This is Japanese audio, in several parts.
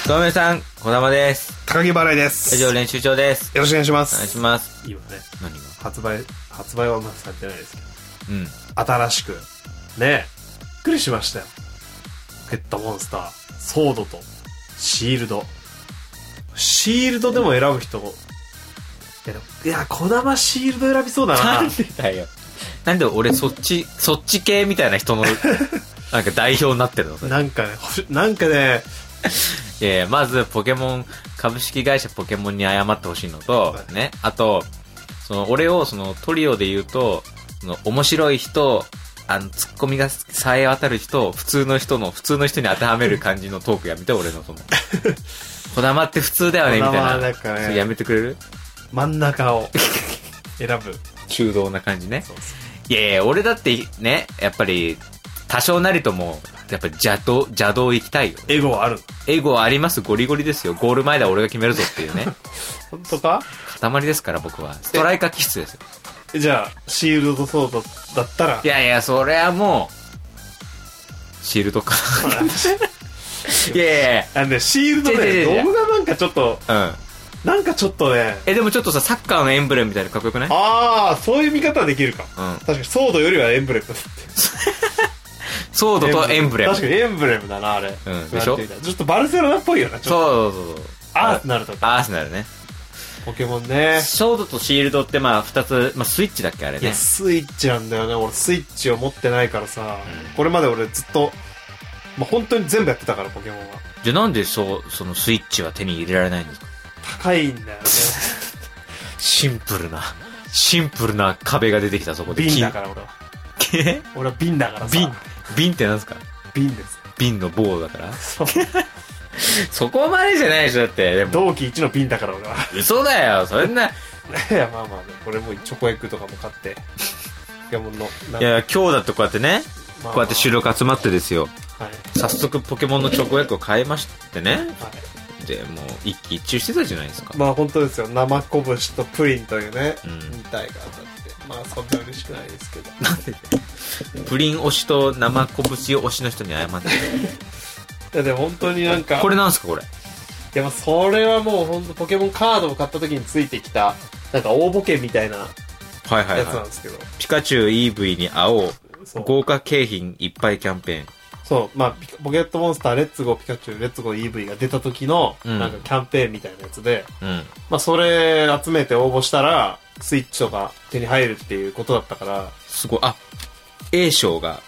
とめさん、小玉です。 高木払いです。 以上練習長です。 よろしくお願いします。 お願いします。 今ね、 何が発売はまだされてないですけど、 うん。 新しく、ね、びっくりしましたよ。ポケットモンスター、ソードと、シールド。シールドでも選ぶ人、いや、小玉シールド選びそうだな。 なんでだよ。なんで俺そっち系みたいな人の、なんか代表になってるのなんかね、 いやいや、まず株式会社ポケモンに謝ってほしいのと、ね、あと、俺をトリオで言うと、面白い人、ツッコミがさえ渡る人、普通の人に当てはめる感じのトークやめて、俺の小玉って普通だよね、みたいな。 なんかね、 それやめてくれる？ 真ん中を選ぶ。 中道な感じね。 そうそう。 いやいや、俺だってね、やっぱり、多少なりとも、やっぱり邪道行きたいよ。 エゴはある。 エゴはあります。ゴリゴリですよ。ゴール前では俺が決めるぞっていうね。 本当か？ 塊ですから僕は。ストライカー気質ですよ。 じゃあ、シールドとソードだったら？ いやいや、それはもう、シールドか。いやいやいや。 シールドね、動画なんかちょっと、 うん。 なんかちょっとね。 でもちょっとさ、サッカーのエンブレムみたいなかっこよくない？ ああ、そういう見方はできるか。 うん。 確かにソードよりはエンブレムだって。 ソードとエンブレム。 確かにエンブレムだな、あれ。 うん。でしょ？ ちょっとバルセロナっぽいよな、ちょっと。 そう。 アーセナルとか。 アーセナルね。 ポケモンね。 ソードとシールドってまあ二つ、まあスイッチだっけあれね。 いや、スイッチなんだよね。俺スイッチを持ってないからさ、これまで俺ずっと、まあ本当に全部やってたから、ポケモンは。 じゃあなんでそのスイッチは手に入れられないんですか？ 高いんだよね。 シンプルな壁が出てきた、そこで。 瓶だから俺は。俺は瓶だからさ。 瓶ってなんですか？ 瓶です。 瓶の棒だから。 そう。 そこまでじゃないでしょ、だって。でも同期1の瓶だから俺は。 嘘だよ、そんな。いや、まあね、これもチョコエッグとかも買って。ポケモンの。 いや、今日だってこうやってね、こうやって収録集まってですよ。 はい。 早速ポケモンのチョコエッグを買いましてね。 はい。 で、もう一喜一憂してたじゃないですか。 まあ本当ですよ。生拳とプリンというね、 うん、 2体が当たって。まあそんな嬉しくないですけど。 なんでプリン推しと生拳推しの人に謝って。 いやでも本当になんか。 これなんすかこれ？ いやまあそれはもう本当ポケモンカードを買った時についてきた、なんか応募券みたいなやつなんですけど。 ピカチュウ EV に青、豪華景品いっぱいキャンペーン。 そう、まあ、ポケットモンスターレッツゴーピカチュウレッツゴー EV が出た時の、なんかキャンペーンみたいなやつで、まあそれ集めて応募したら、スイッチとか手に入るっていうことだったから。 すごい、A 賞が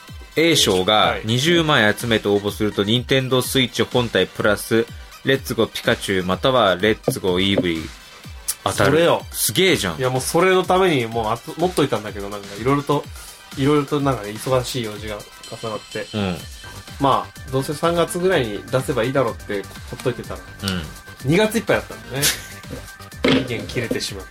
20枚集めて応募すると、任天堂スイッチ本体プラス、レッツゴーピカチュウまたはレッツゴー EV 当たる。 それよ。 すげえじゃん。 いやもうそれのためにもう持っといたんだけど、なんかいろいろとなんかね、忙しい用事が重なって。まあ、どうせ3月ぐらいに出せばいいだろうってほっといてたら、2月いっぱいだったんだね。期限切れてしまって。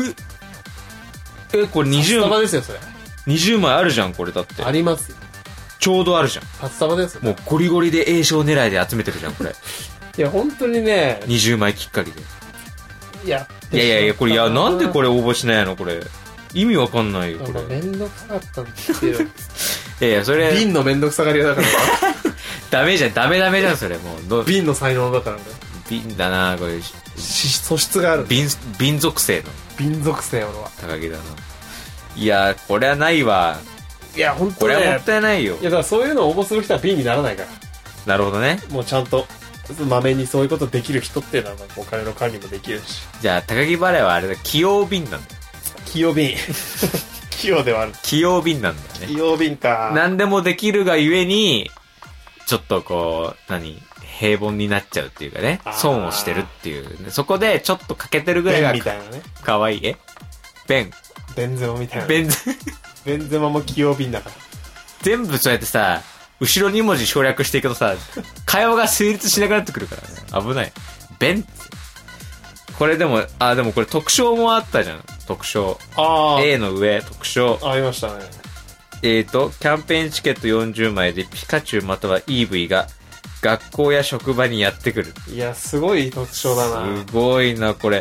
これ20 枚ですよ、それ。 20枚あるじゃん、これだって。 ありますよ。 ちょうどあるじゃん。 札束ですよ。 もうゴリゴリで A 賞狙いで集めてるじゃん、これ。 いや、本当にね。 20枚きっかりで。 いや、 これ、なんでこれ応募しないのこれ。意味わかんないよ、これ。 めんどくさかったんですよ。 いや、それ。 瓶のめんどくさがり屋だから。 ダメじゃん、それ。もう。 瓶の才能だからね。 瓶だな、これ。 素質がある。 瓶属性の。 瓶属性、俺は。 高木だな。いや、これはないわ。 いや、本当に。これはもったいないよ。 いや、だからそういうのを応募する人は瓶にならないから。 なるほどね。 もうちゃんと、まめにそういうことできる人っていうのは、お金の管理もできるし。 じゃあ、高木バレーはあれだ、器用瓶なんだよ。 器用瓶。器用ではある。 器用瓶なんだよね。 器用瓶か。 何でもできるがゆえに、ちょっとこう、平凡になっちゃうっていうかね、損をしてるっていう、ね。そこでちょっと欠けてるぐらいが、 みたいなね。 かわいい。ベンゼマみたいな。 ベンゼマも器用瓶だから。 全部そうやってさ、後ろ2文字省略していくとさ、会話が成立しなくなってくるからね。危ない。ベンこれでもこれ特賞もあったじゃん。特賞。A の上、特賞。 ありましたね。 キャンペーンチケット40枚でピカチュウまたは EV が学校や職場にやってくる。 いや、すごい特徴だな。 すごいな、これ。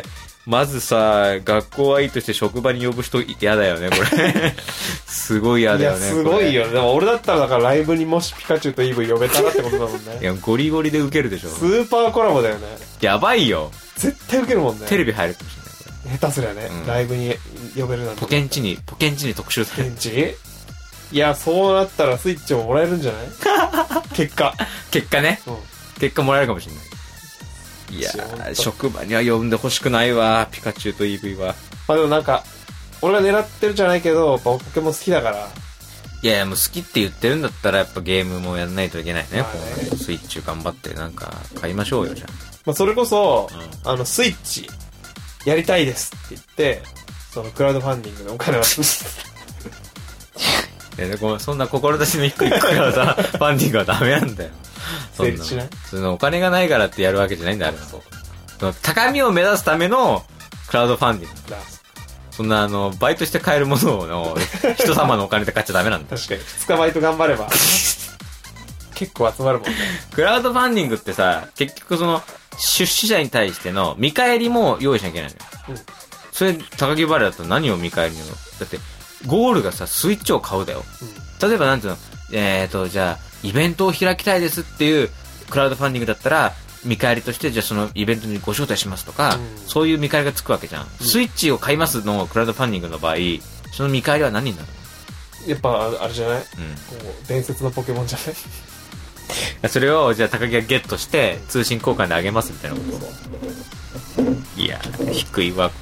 まずさ、学校はいいとして職場に呼ぶ人嫌だよね、これ。すごい嫌だよね。 いや、すごいよ。でも俺だったらだからライブにもしピカチュウとイーブイ呼べたらってことだもんね。 いや、ゴリゴリでウケるでしょ。 スーパーコラボだよね。 やばいよ。 絶対ウケるもんね。 テレビ入るかもしれない、これ。 下手すりゃね、ライブに呼べるなんて。 ポケンチに特集される。 ポケンチいや、そうなったらスイッチももらえるんじゃない結果ね。 結果もらえるかもしれない。いやー、職場には呼んでほしくないわ、ピカチュウと EV は。 まあでもなんか、俺が狙ってるじゃないけど、やっぱポケモン好きだから。 いや、もう好きって言ってるんだったらやっぱゲームもやんないといけないね。 まあね、 スイッチ頑張ってなんか買いましょうよ、じゃあ。 まあそれこそ、スイッチ、やりたいですって言って、そのクラウドファンディングでお金をいや、そんな志の低いクラウドファンディングはダメなんだよ。 成立しない？ そのお金がないからってやるわけじゃないんだよ、あれは。その高みを目指すためのクラウドファンディングだ。そんなバイトして買えるものを人様のお金で買っちゃダメなんだ。 確かに。2日バイト頑張れば。結構集まるもんね。 クラウドファンディングってさ、結局その、出資者に対しての見返りも用意しなきゃいけないのよ。それ、高木バレーだと何を見返りにの？だって、ゴールがさ、スイッチを買うだよ。例えばなんていうの、じゃあ、イベントを開きたいですっていうクラウドファンディングだったら、見返りとして、じゃあそのイベントにご招待しますとか、そういう見返りがつくわけじゃん。スイッチを買いますのクラウドファンディングの場合、その見返りは何になるの？ やっぱ、あれじゃない？伝説のポケモンじゃない？ それを、じゃあ高木がゲットして、通信交換であげますみたいなこと。いや、低いわ、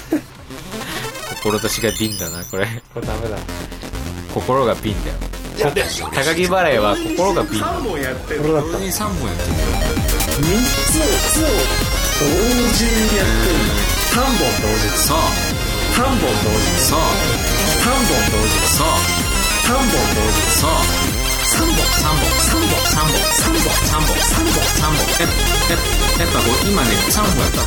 志が瓶だな、これ。 これダメだ。 心が瓶だよ。高木バレーは心が瓶だ。 3本やってる。 これだった。3本やってる。3 つを同時にやってる。3本同時。 そう。 3本同時。 そう。 3本同時。 そう。 3本同時。 そう。 3本。 やっぱ今ね、3本やった。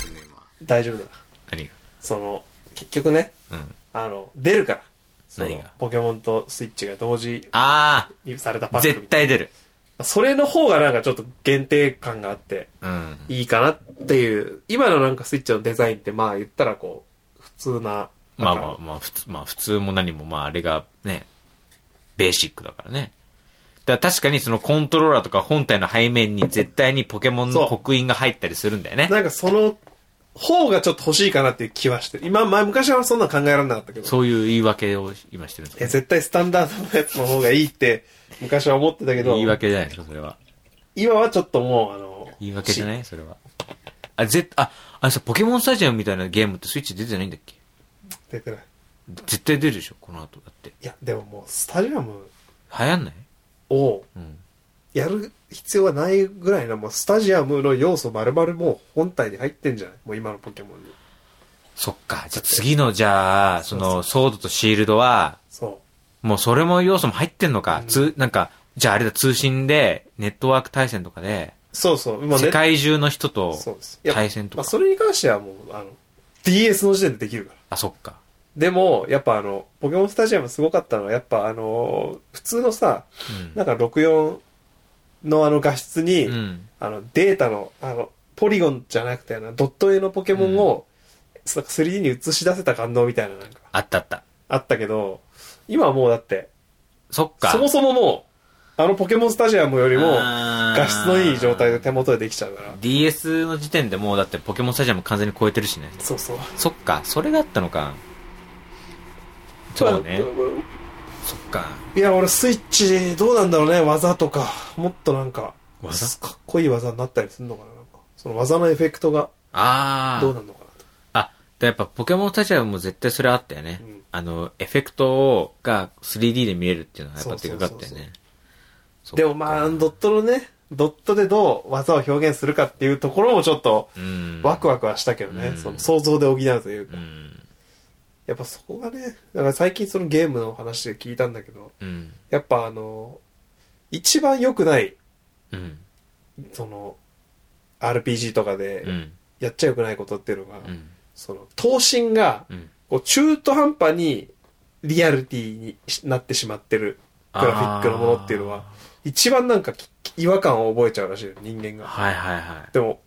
大丈夫だ。 何が？ 結局ね、出るから。 何が？ ポケモンとスイッチが同時にされたパック。 絶対出る。 それの方がなんかちょっと限定感があって、いいかなっていう、今のなんかスイッチのデザインってまあ言ったらこう、普通な。 普通も何もあれがね、ベーシックだからね。だから確かにそのコントローラーとか本体の背面に絶対にポケモンの刻印が入ったりするんだよね。 なんかその方がちょっと欲しいかなっていう気はしてる。昔はそんな考えられなかったけど。 そういう言い訳を今してるんですか？ 絶対スタンダードのやつの方がいいって昔は思ってたけど。 言い訳じゃないですか、それは。 今はちょっともう言い訳じゃない？それは。ポケモンスタジアムみたいなゲームってスイッチ出てないんだっけ？ 出てない。 絶対出るでしょ、この後だって。 いや、でももうスタジアム流行んない？ をやる必要はないぐらいの、もうスタジアムの要素丸々もう本体に入ってんじゃない？もう今のポケモンに。 そっか。じゃあ次のソードとシールドは、もうそれも要素も入ってんのか。なんか、じゃああれだ、通信で、ネットワーク対戦とかで、世界中の人と対戦とか。 それに関してはもう、DS の時点でできるから。 あ、そっか。 でも、やっぱポケモンスタジアムすごかったのは、やっぱ普通のさ、なんか64の画質に、データの、ポリゴンじゃなくて、ドット絵のポケモンを、3D に映し出せた感動みたいななんか。 あったけど、今はもうだって、 そっか。 そもそももう、ポケモンスタジアムよりも、画質のいい状態で手元でできちゃうから。 DS の時点でもうだってポケモンスタジアム完全に超えてるしね。 そうそう。 そっか、それがあったのか。そうね。そっか。 いや、俺スイッチどうなんだろうね、技とか。もっとなんか、かっこいい技になったりするのかな、なんか。その技のエフェクトが、どうなんのかなと。 やっぱポケモンスタジアムも絶対それあったよね。エフェクトが 3D で見れるっていうのはやっぱでかかったよね。 でもドットのね、ドットでどう技を表現するかっていうところもちょっと、ワクワクはしたけどね。その想像で補うというか。やっぱそこがね、だから最近そのゲームの話で聞いたんだけど、やっぱ一番良くない、その、RPG とかで、やっちゃ良くないことっていうのが、その、闘神が、こう中途半端にリアリティになってしまってるグラフィックのものっていうのは、一番なんか違和感を覚えちゃうらしいよ、人間が。 はいはいはい。 でも、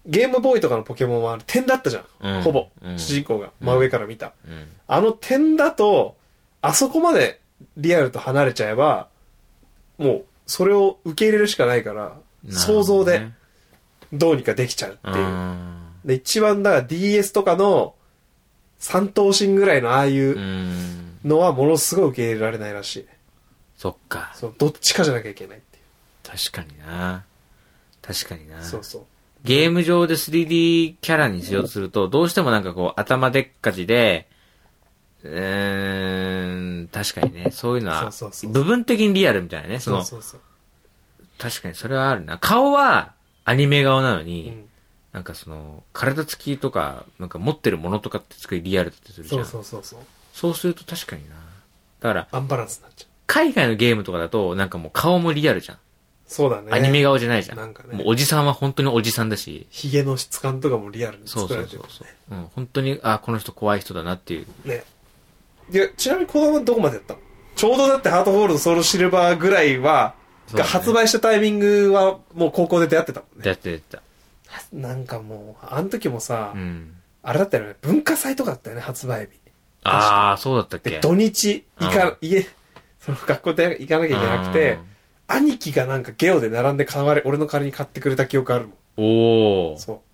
ゲームボーイとかのポケモンは点だったじゃん。ほぼ。主人公が真上から見た。あの点だと、あそこまでリアルと離れちゃえば、もう、それを受け入れるしかないから、想像で、どうにかできちゃうっていう。で、一番だから DS とかの、三頭身ぐらいのああいうのはものすごい受け入れられないらしい。 そっか。 そう、どっちかじゃなきゃいけないっていう。 確かにな。 そうそう。 ゲーム上で 3D キャラにしようとすると、どうしてもなんかこう、頭でっかちで、確かにね、そういうのは、部分的にリアルみたいなね、そう。確かにそれはあるな。顔はアニメ顔なのに、なんかその、体つきとか、なんか持ってるものとかってすごいリアルだったりするじゃん。そうすると確かにな。だから、 アンバランスになっちゃう。 海外のゲームとかだと、なんかもう顔もリアルじゃん。 そうだね。 アニメ顔じゃないじゃん。 なんかね。 もうおじさんは本当におじさんだし。 髭の質感とかもリアルに作られてる、ね。 そう。本当に、この人怖い人だなっていう。 ね。で、ちなみに子供はどこまでやったの？ちょうどだってハートゴールドソウルシルバーぐらいは、が発売したタイミングはもう高校で出会ってたもんね。 出会ってた。 なんかもう、あの時もさ、あれだったよね、文化祭とかだったよね、発売日。 そうだったっけ？ で、土日、その学校で行かなきゃいけなくて、兄貴がなんかゲオで並んで俺の代わりに買ってくれた記憶あるもん。 おー。 そう。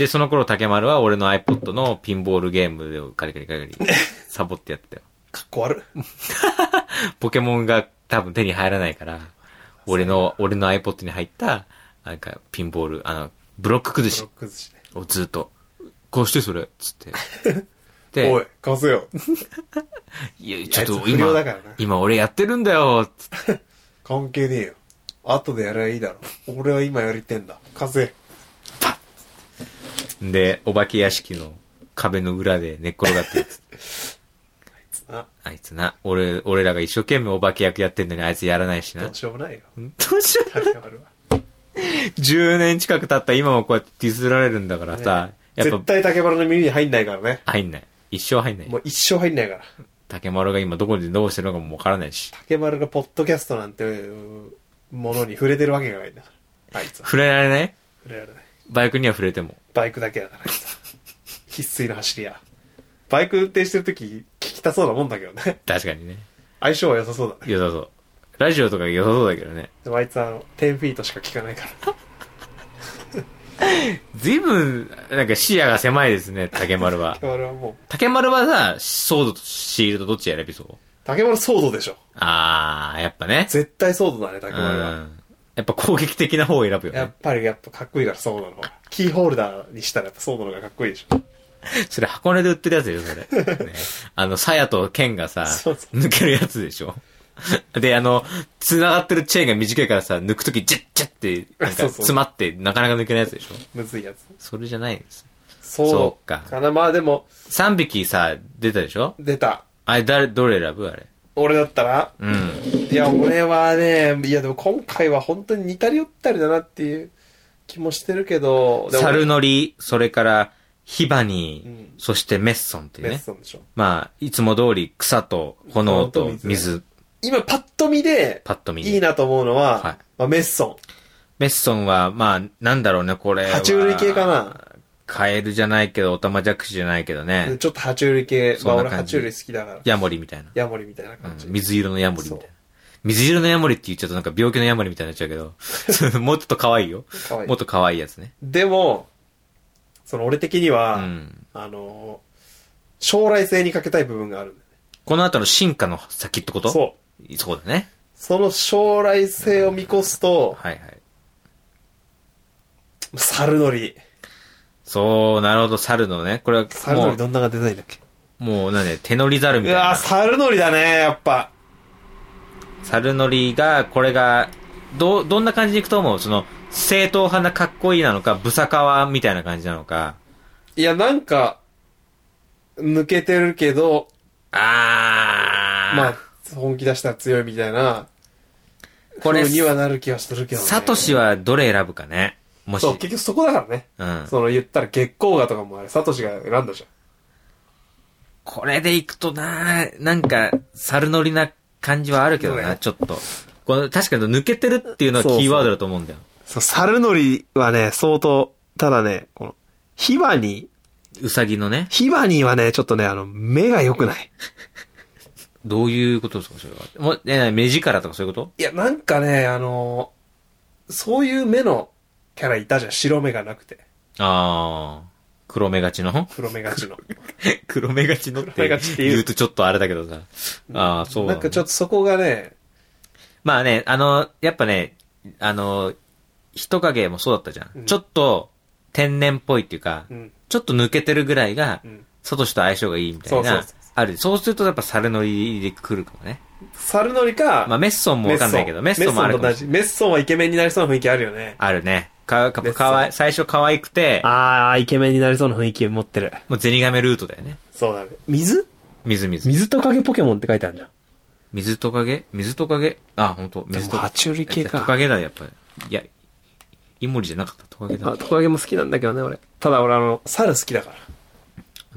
で、その頃竹丸は俺の iPod のピンボールゲームをカリカリサボってやってたよ。 かっこ悪い。 ポケモンが多分手に入らないから、俺の iPod に入った、なんかピンボール、ブロック崩しをずっと、こうしてそれ、つって。で、 おい、貸せよ。 いや、ちょっと今俺やってるんだよ、つって。 関係ねえよ。後でやればいいだろ。俺は今やりてんだ。貸せ。 パッで、お化け屋敷の壁の裏で寝っ転がってやつ。あいつな。俺らが一生懸命お化け役やってんのにあいつやらないしな。 どうしようもないよ。 どうしようもない。10年近く経った今もこうやってディスられるんだからさ。 やっぱ絶対竹丸の耳に入んないからね。 入んない。一生入んない。 もう一生入んないから。 竹丸が今どこでどうしてるのかもわからないし。 竹丸がポッドキャストなんてものに触れてるわけがないんだから。あいつは。 触れられない？ 触れられない。 バイクには触れても。 バイクだけだから。必須の走りや。バイク運転してるとき聞きたそうなもんだけどね。 確かにね。 相性は良さそうだね。 良さそう。ラジオとか良さそうだけどね。 でもあいつ10フィートしか聞かないから。 ずいぶん、なんか視野が狭いですね、竹丸は。竹丸はさ、ソードとシールドどっち選びそう？ 竹丸ソードでしょ。 やっぱね。 絶対ソードだね、竹丸は。 やっぱ攻撃的な方を選ぶよね。 やっぱかっこいいからソードの方が。キーホルダーにしたらやっぱソードの方がかっこいいでしょ。 それ箱根で売ってるやつでしょ、それ。ね、サヤと剣がさ、抜けるやつでしょ。で、繋がってるチェーンが短いからさ、抜くときジェッジェッって、なんか詰まって、なかなか抜けないやつでしょ。 むずいやつ。 それじゃないんです。 そうか。まあでも。 3匹さ、出たでしょ？ 出た。 あれ、どれ選ぶあれ。 俺だったら？いや、俺はね、いやでも今回は本当に似たり寄ったりだなっていう気もしてるけど。 サルノリ、それから、ヒバニー、そしてメッソンっていうね。 メッソンでしょ。 まあ、いつも通り草と炎と水。 今パッと見で、いいなと思うのは、まあ、メッソン。 メッソンは、まあ、なんだろうね、これは。 爬虫類系かな。 カエルじゃないけど、オタマジャクシじゃないけどね。 ちょっと爬虫類系。まあ俺爬虫類好きだから。 ヤモリみたいな。 ヤモリみたいな感じ。 水色のヤモリみたいな。水色のヤモリって言っちゃうとなんか病気のヤモリみたいになっちゃうけど、もうちょっと可愛いよ。もっと可愛いやつね。 でも、俺的には、将来性にかけたい部分があるんだよね。 この後の進化の先ってこと？そうだね。 その将来性を見越すと、サルノリ。 そう、なるほど、猿のね。これは、 サルノリどんなが出たいんだっけ？ もう、手乗り猿みたいな。 サルノリだね、やっぱ。 サルノリが、これが、どんな感じでいくと思う？正統派なかっこいいなのか、ブサカワみたいな感じなのか。 いや、なんか、抜けてるけど、まあ、本気出したら強いみたいな、これにはなる気はするけどね。 サトシはどれ選ぶかね。もし。 そう、結局そこだからね。言ったら月光河とかもあれ、サトシが選んだじゃん。 これでいくとなんか、サルノリな感じはあるけどな、ちょっと。確かに抜けてるっていうのはキーワードだと思うんだよ。 そう、サルノリはね、相当ただね、この、ヒバニうさぎのね。 ヒバニーはね、ちょっとね、目が良くない。 どういうことですか、それは。もう、目力とかそういうこと？ いや、なんかね、そういう目のキャラいたじゃん。白目がなくて。 ああ。黒目がちの黒目がちの。 黒目がちのって言うとちょっとあれだけどさ。ああ、そうだ、ね。 なんかちょっとそこがね。 まあね、やっぱね、人影もそうだったじゃん。うん、ちょっと天然っぽいっていうか、うん、ちょっと抜けてるぐらいが、サトシと相性がいいみたいな。ある。そうするとやっぱ猿乗りで来るかもね。 猿乗りか。 まあメッソンもわかんないけど、メッソンもあるかもしれない。 メッソンはイケメンになりそうな雰囲気あるよね。 あるね。最初可愛くて。 あー、イケメンになりそうな雰囲気持ってる。 もうゼニガメルートだよね。 そうだね。水トカゲポケモンって書いてあるじゃん。 水トカゲ。あ、ほんと。 水トカゲ。爬虫類系か。 トカゲだ、やっぱり。いや、イモリじゃなかった、トカゲだ。 トカゲも好きなんだけどね、俺。ただ俺猿好きだから。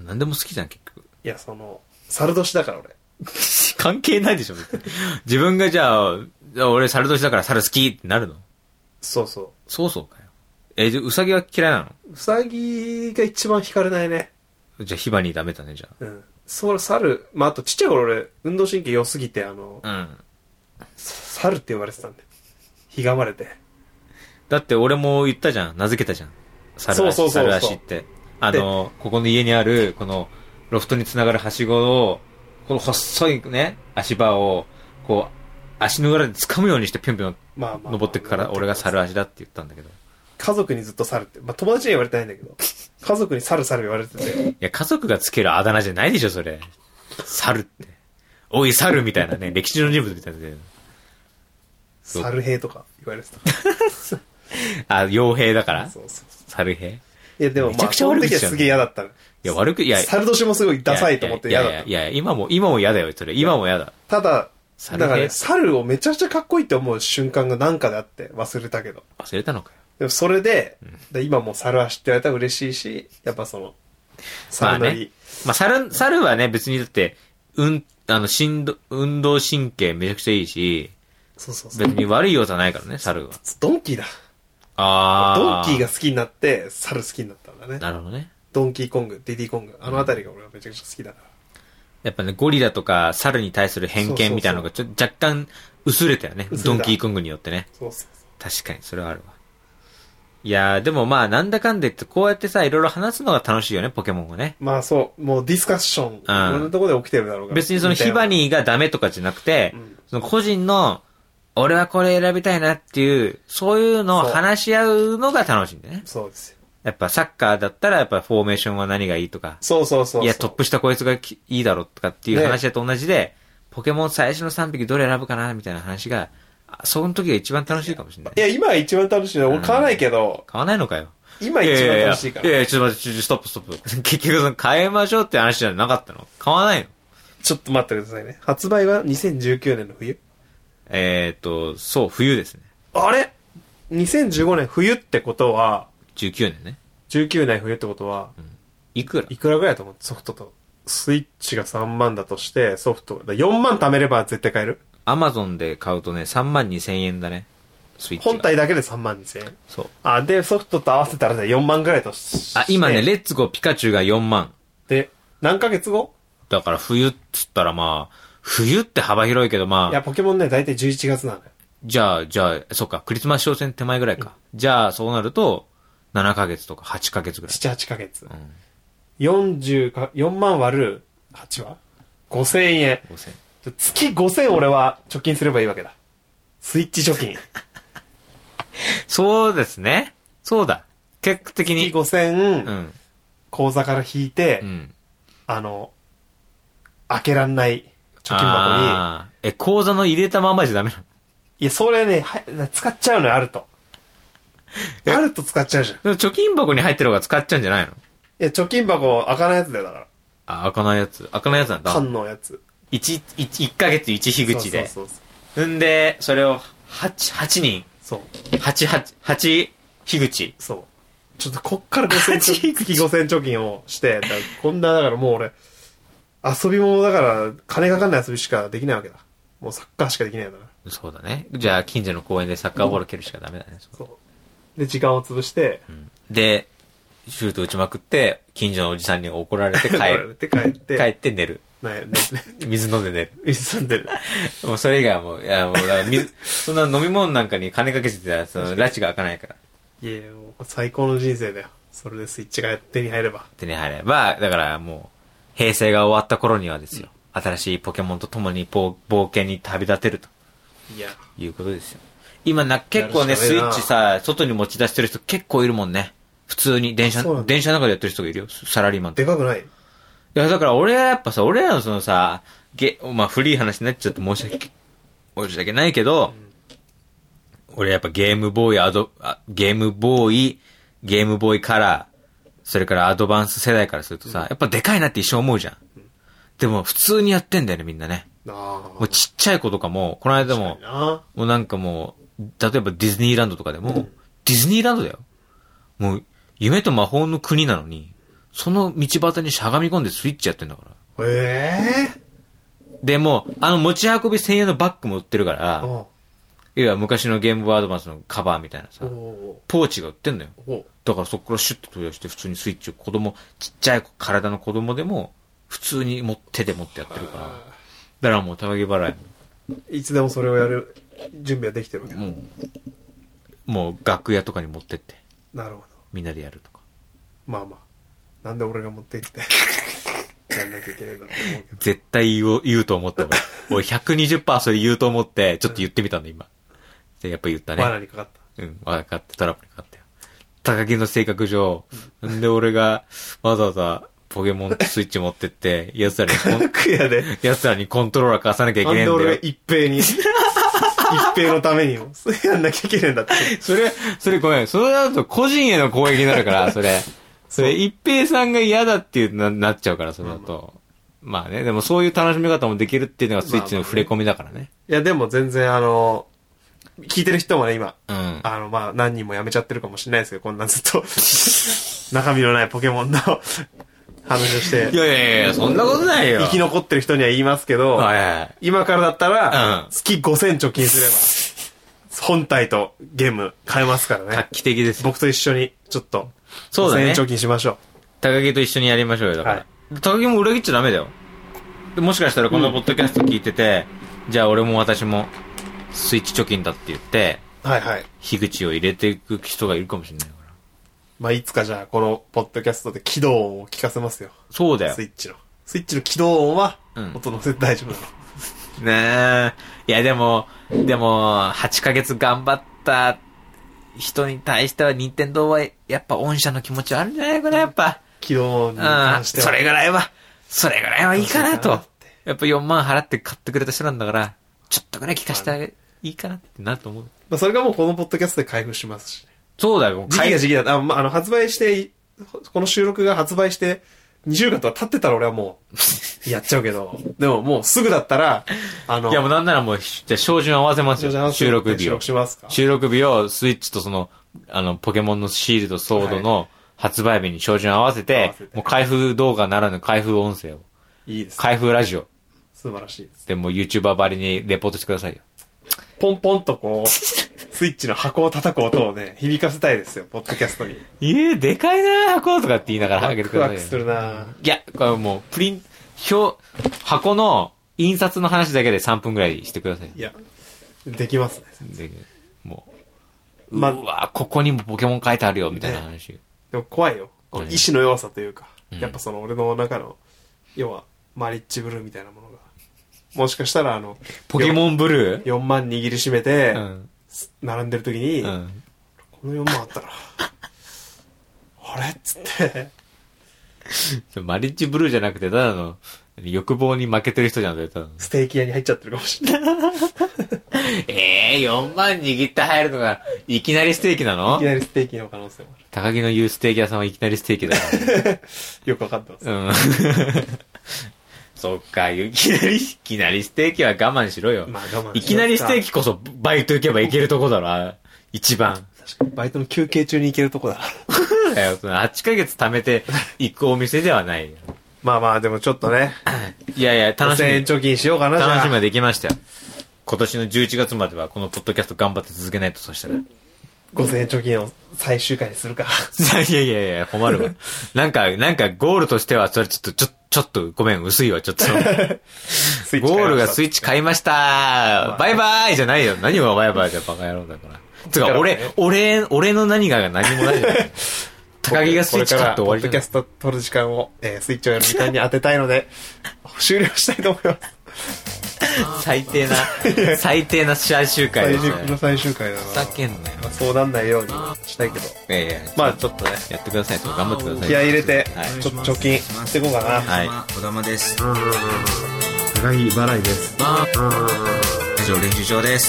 なんでも好きじゃん、結局。 いや、猿年だから俺。 関係ないでしょ、自分がじゃあ、俺猿年だから猿好きってなるの？そうかよ。ウサギは嫌いなの？ ウサギが一番惹かれないね。 じゃあ、ヒバニーダメだね、じゃあ。うん。 猿、まあ、あとちっちゃい頃俺、運動神経良すぎて、猿って呼ばれてたんだよ。ひがまれて。 だって俺も言ったじゃん、名付けたじゃん。猿足って。ここの家にある、この、ロフトにつながるはしごを、この細いね、足場を、こう、足の裏で掴むようにしてぴょんぴょん登ってくから、俺が猿足だって言ったんだけど。 家族にずっと猿って、まあ、友達には言われてないんだけど、家族に猿言われてて。 いや、家族がつけるあだ名じゃないでしょ、それ。猿って。おい、猿みたいなね、歴史の人物みたいな。 猿兵とか言われてた。あ、傭兵だから？そう。猿兵？ いや、でも、めちゃくちゃ悪口はすげえ嫌だったの。 いや、 猿年もすごいダサいと思って嫌だった。 いや、今も嫌だよ、それ。今も嫌だ。 ただ、だからね、猿をめちゃくちゃかっこいいって思う瞬間がなんかであって忘れたけど。 忘れたのかよ。 でもそれで、今もう猿足って言われたら嬉しいし、やっぱ猿乗り。 まあ猿はね、別にだって、運動神経めちゃくちゃいいし、 そう。 別に悪い要素はないからね、猿は。 ドンキーだ。ドンキーが好きになって、猿好きになったんだね。 なるほどね。 ドンキーコング、ディディコング、あのあたりが俺はめちゃくちゃ好きだから。 やっぱね、ゴリラとか猿に対する偏見みたいなのが若干薄れたよね。ドンキーコングによってね。そう。確かに、それはあるわ。いやー、でもまあ、なんだかんでってこうやってさ、いろいろ話すのが楽しいよね、ポケモンがね。 まあそう、もうディスカッション、いろんなところで起きてるだろうから。 別にそのヒバニーがダメとかじゃなくて、その個人の、俺はこれ選びたいなっていう、そういうのを話し合うのが楽しいんだよね。 そうですよ。 やっぱサッカーだったらやっぱフォーメーションは何がいいとか。 そう。 いや、トップ下こいつがいいだろとかっていう話だと同じで、ポケモン最初の3匹どれ選ぶかなみたいな話が、その時が一番楽しいかもしれない。 いや、今が一番楽しいの。俺買わないけど。 買わないのかよ。 今一番楽しいから。 いや、ちょっと待って、ストップ。結局買いましょうって話じゃなかったの？買わないの？ ちょっと待ってくださいね。発売は2019年の冬？ そう、冬ですね。 あれ ?2015 年冬ってことは、 19年ね。 19年冬ってことは、 いくらぐらいだと思って、ソフトと。スイッチが3万だとして、ソフト、4万貯めれば絶対買える？ アマゾンで買うとね、3万2000円だね。スイッチ。 本体だけで3万2000円。 そう。 あ、で、ソフトと合わせたらね、4万ぐらいとして。 あ、今ね、レッツゴーピカチュウが4万。 で、何ヶ月後？ だから冬っつったらまあ、冬って幅広いけどまあ。 いや、ポケモンね、だいたい11月なのよ。 じゃあ、そっか、クリスマス商戦手前ぐらいか。じゃあ、そうなると、7ヶ月とか8ヶ月ぐらい。 7、8ヶ月。4万割る8は ?5000 円。月5000俺は貯金すればいいわけだ。スイッチ貯金。 そうですね。そうだ。結果的に。 月5000、口座から引いて、開けらんない貯金箱に。口座の入れたままじゃダメなの？ いや、それね、使っちゃうのよ、あると使っちゃうじゃん。 でも貯金箱に入ってる方が使っちゃうんじゃないの？ いや、貯金箱開かないやつだよ、だから。 あ、開かないやつなんだ。 缶のやつ。 1ヶ月1日口で。んで、それを8人。 そう。 8日口。 そう。ちょっとこっから月5000貯金をして、だからもう俺、遊び物だから、金かかんない遊びしかできないわけだ。もうサッカーしかできないんだから。 そうだね。じゃあ、近所の公園でサッカーボール蹴るしかダメだね。 そう。で、時間を潰して、 で、シュート打ちまくって、近所のおじさんに怒られて帰って寝る。水飲んで寝る。 水飲んでる。 もうそれ以外はもう、いやもうだからそんな飲み物なんかに金かけてたら、その、拉致が開かないから。 いやもう最高の人生だよ。それでスイッチが手に入れば。 だからもう、平成が終わった頃にはですよ。新しいポケモンと共に冒険に旅立てると。いうことですよ。今結構ね、スイッチさ、外に持ち出してる人結構いるもんね。普通に電車の中でやってる人がいるよ。サラリーマン。 でかくない？ いや、だから俺はやっぱさ、俺らのそのさ、まあ古い話になっちゃって申し訳ないけど、俺やっぱゲームボーイカラー、それからアドバンス世代からするとさ、やっぱでかいなって一生思うじゃん。でも普通にやってんだよね、みんなね。もうちっちゃい子とかも、この間も、もうなんかもう、例えばディズニーランドとかでも、ディズニーランドだよ。もう、夢と魔法の国なのに、その道端にしゃがみ込んでスイッチやってんだから。でも、持ち運び専用のバッグも売ってるから、いや、昔のゲームボーイアドバンスのカバーみたいなさ、ポーチが売ってんだよ。だからそこからシュッと取り出して普通にスイッチをちっちゃい体の子供でも、普通に手で持ってやってるから。だからもう高木払い。いつでもそれをやる準備はできてるわけだ。 もう楽屋とかに持ってって。 なるほど。 みんなでやるとか。 まあまあ。なんで俺が持って行ってやんなきゃいけないんだと思うけど。 絶対言うと思った俺 120% それ言うと思って、ちょっと言ってみたんだ今。で、やっぱ言ったね。 罠にかかった。 罠にかかって、トラップにかかったよ。高木の性格上、なんで俺がわざわざポケモンとスイッチ持ってって、奴らにコントローラー貸さなきゃいけないんだよ。 なんで俺が一平のためにも、それやんなきゃいけないんだって。 それごめん。それだと個人への攻撃になるから、それ一平さんが嫌だっていうなっちゃうから、それだと。まあね、でもそういう楽しみ方もできるっていうのがスイッチの触れ込みだからね。 いや、でも全然聞いてる人もね、今。まあ何人も辞めちゃってるかもしれないですけど、こんなずっと、中身のないポケモンの話をして。 いや、そんなことないよ。 生き残ってる人には言いますけど、今からだったら、月5000貯金すれば、本体とゲーム買えますからね。 画期的です。 僕と一緒に、ちょっと、 そうだね。 5000円貯金しましょう。 高木と一緒にやりましょうよ、だから。高木も裏切っちゃダメだよ。もしかしたらこのポッドキャスト聞いてて、じゃあ俺も私も、スイッチ貯金だって言って、樋口を入れていく人がいるかもしれないから。 まあ、いつかじゃあ、このポッドキャストで起動音を聞かせますよ。 そうだよ。 スイッチの起動音は、音乗せて大丈夫だ。 ねえ。いや、でも、8ヶ月頑張った人に対しては、任天堂は、やっぱ御社の気持ちはあるんじゃないかな、やっぱ。 起動音に関しては。 それぐらいはいいかなと。やっぱ4万払って買ってくれた人なんだから、ちょっとぐらい聞かせてあげいいかなってなると思う。 まあ、それがもうこのポッドキャストで開封しますしね。 そうだよ。 時期だ。発売して、この収録が発売して、2週間とか経ってたら俺はもう、やっちゃうけど、でももうすぐだったら、 いやもうなんならもう、じゃあ照準合わせますよ。収録日を。収録日をスイッチとその、ポケモンのシールド、ソードの発売日に照準合わせて、もう開封動画ならぬ開封音声を。 いいです。 開封ラジオ。 素晴らしいです。 でも YouTuber ばりにレポートしてくださいよ。 ポンポンとこう、スイッチの箱を叩く音をね、響かせたいですよ、ポッドキャストに。 でかいな箱とかって言いながらあげてくださいよ。 ワクワクするないや、これもう、箱の印刷の話だけで3分くらいしてください。 いや、できますね。 もう、うわここにもポケモン書いてあるよ、みたいな話。 でも怖いよ。意志の弱さというか、やっぱその俺の中の、要は、マリッジブルーみたいなものが。もしかしたらポケモンブルー ?4 万握りしめて、並んでる時に、この4万あったら、あれっつって。 マリッジブルーじゃなくて、ただの、欲望に負けてる人じゃん、ただの。 ステーキ屋に入っちゃってるかもしれない。 4万握って入るのが、いきなりステーキなの？ いきなりステーキの可能性もある。 高木の言うステーキ屋さんはいきなりステーキだから、 よくわかってます。 そっか、いきなりステーキは我慢しろよ。 まあ我慢しろ。 いきなりステーキこそバイト行けば行けるとこだろ、一番。 確かに、バイトの休憩中に行けるとこだ。 だよ、8ヶ月貯めて行くお店ではないよ。 まあまあ、でもちょっとね。 いや、楽しみ。 5000円貯金しようかな、じゃあ。 楽しみができましたよ。今年の11月まではこのポッドキャスト頑張って続けないと、そしたら。 5000円貯金を最終回にするか。 いやいやいや、困るわ。なんかゴールとしては、それちょっとごめん、薄いわ、ちょっと。ゴールがスイッチ買いましたバイバイじゃないよ。何がバイバイじゃバカ野郎だから。つか、俺の何が何もないじゃない。高木がスイッチ買って終わりじゃない。 ポッドキャスト撮る時間を、スイッチをやる時間に当てたいので、終了したいと思います。 最低な最終回ですね。 最終回だな。 ふざけんなよ。 そうなんないようにしたいけど。まあちょっとね。 やってください。頑張ってください。 気合い入れて、ちょっと貯金していこうかな。 はい。 小玉です。 高木払いです。 以上練習場です。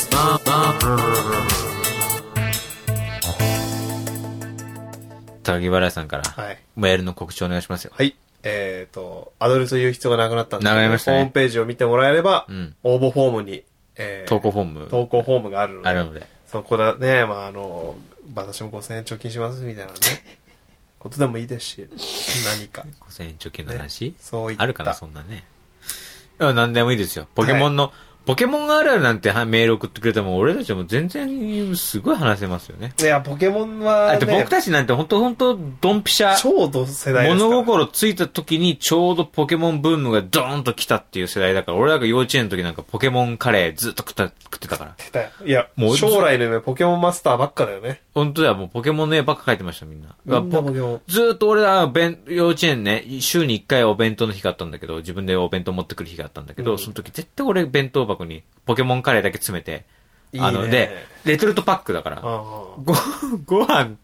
高木払いさんから、メールの告知お願いしますよ。 はい。アドレス言う必要がなくなったんで、 流れましたね。 ホームページを見てもらえれば、応募フォームに、 投稿フォームがあるので。そこだね、まあ私も5000円貯金しますみたいなね、ことでもいいですし、何か。 5000円貯金の話、 そういった。 あるかな、そんなね。何でもいいですよ。ポケモンがあるあるなんてメール送ってくれても、俺たちも全然すごい話せますよね。 いや、ポケモンは、ね、 僕たちなんて本当ドンピシャ。 超同世代ですから。 物心ついた時にちょうどポケモンブームがドーンと来たっていう世代だから、俺らが幼稚園の時なんかポケモンカレーずっと食ってたから。 いや、もう将来の夢ポケモンマスターばっかだよね。 本当だよ、もうポケモンの絵ばっか描いてました、みんな。 ポケモン。 ずっと俺ら幼稚園ね、週に1回お弁当の日があったんだけど、自分でお弁当持ってくる日があったんだけど、その時絶対俺弁当箱にポケモンカレーだけ詰めて、で、レトルトパックだから、ご飯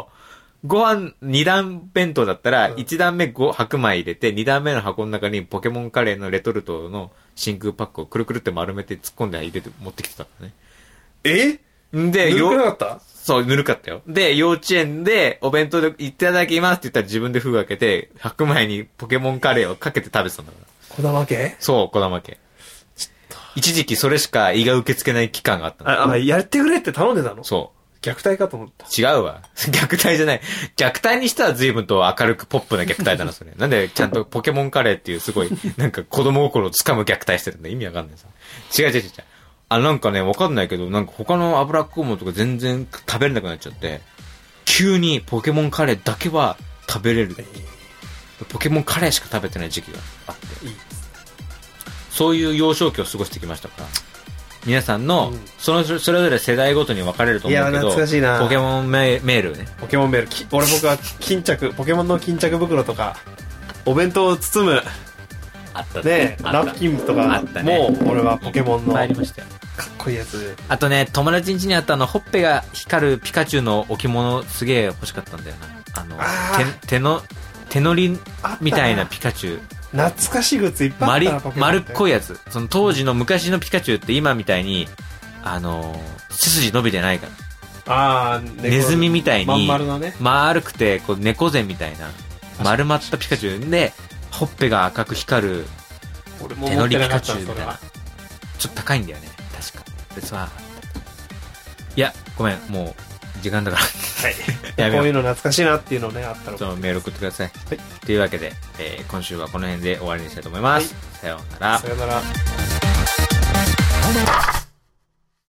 2段弁当だったら、1段目白米入れて、2段目の箱の中にポケモンカレーのレトルトの真空パックをくるくるって丸めて突っ込んで入れて持ってきてたんだね。で、 ぬるくなかった？ そう、ぬるかったよ。で、幼稚園でお弁当でいただきますって言ったら自分で封開けて、白米にポケモンカレーをかけて食べてたんだから。 小玉家？ そう、小玉家。一時期それしか胃が受け付けない期間があったの。やってくれって頼んでたの？ そう。 虐待かと思った。 違うわ。虐待じゃない。虐待にしては随分と明るくポップな虐待だな、それ。なんでちゃんとポケモンカレーっていうすごい、なんか子供心を掴む虐待してるんだ。意味わかんないさ。違う。なんかね、わかんないけど、なんか他の脂っこいものとか全然食べれなくなっちゃって、急にポケモンカレーだけは食べれる。ポケモンカレーしか食べてない時期があって。そういう幼少期を過ごしてきましたから。皆さんの、それぞれ世代ごとに分かれると思うけど、 懐かしいな。 ポケモンメールね。 ポケモンメール。僕はポケモンの巾着袋とか、お弁当を包む、 あったね、ナプキンとか、もう俺はポケモンの、かっこいいやつ。 あとね、友達ん家にあったほっぺが光るピカチュウの置物すげえ欲しかったんだよな。手乗りみたいなピカチュウ。 懐かしいグッズいっぱいあったな。 丸っこいやつ。その当時の昔のピカチュウって今みたいに、背筋伸びてないから。ネズミみたいに、丸くて、こう猫背みたいな、丸まったピカチュウで、ほっぺが赤く光る、手乗りピカチュウみたいな。ちょっと高いんだよね、確か。でさ、いや、ごめん、もう、時間だから。 はい。こういうの懐かしいなっていうのね、あったの。 メール送ってください。 はい。 というわけで、今週はこの辺で終わりにしたいと思います。さようなら。 さようなら。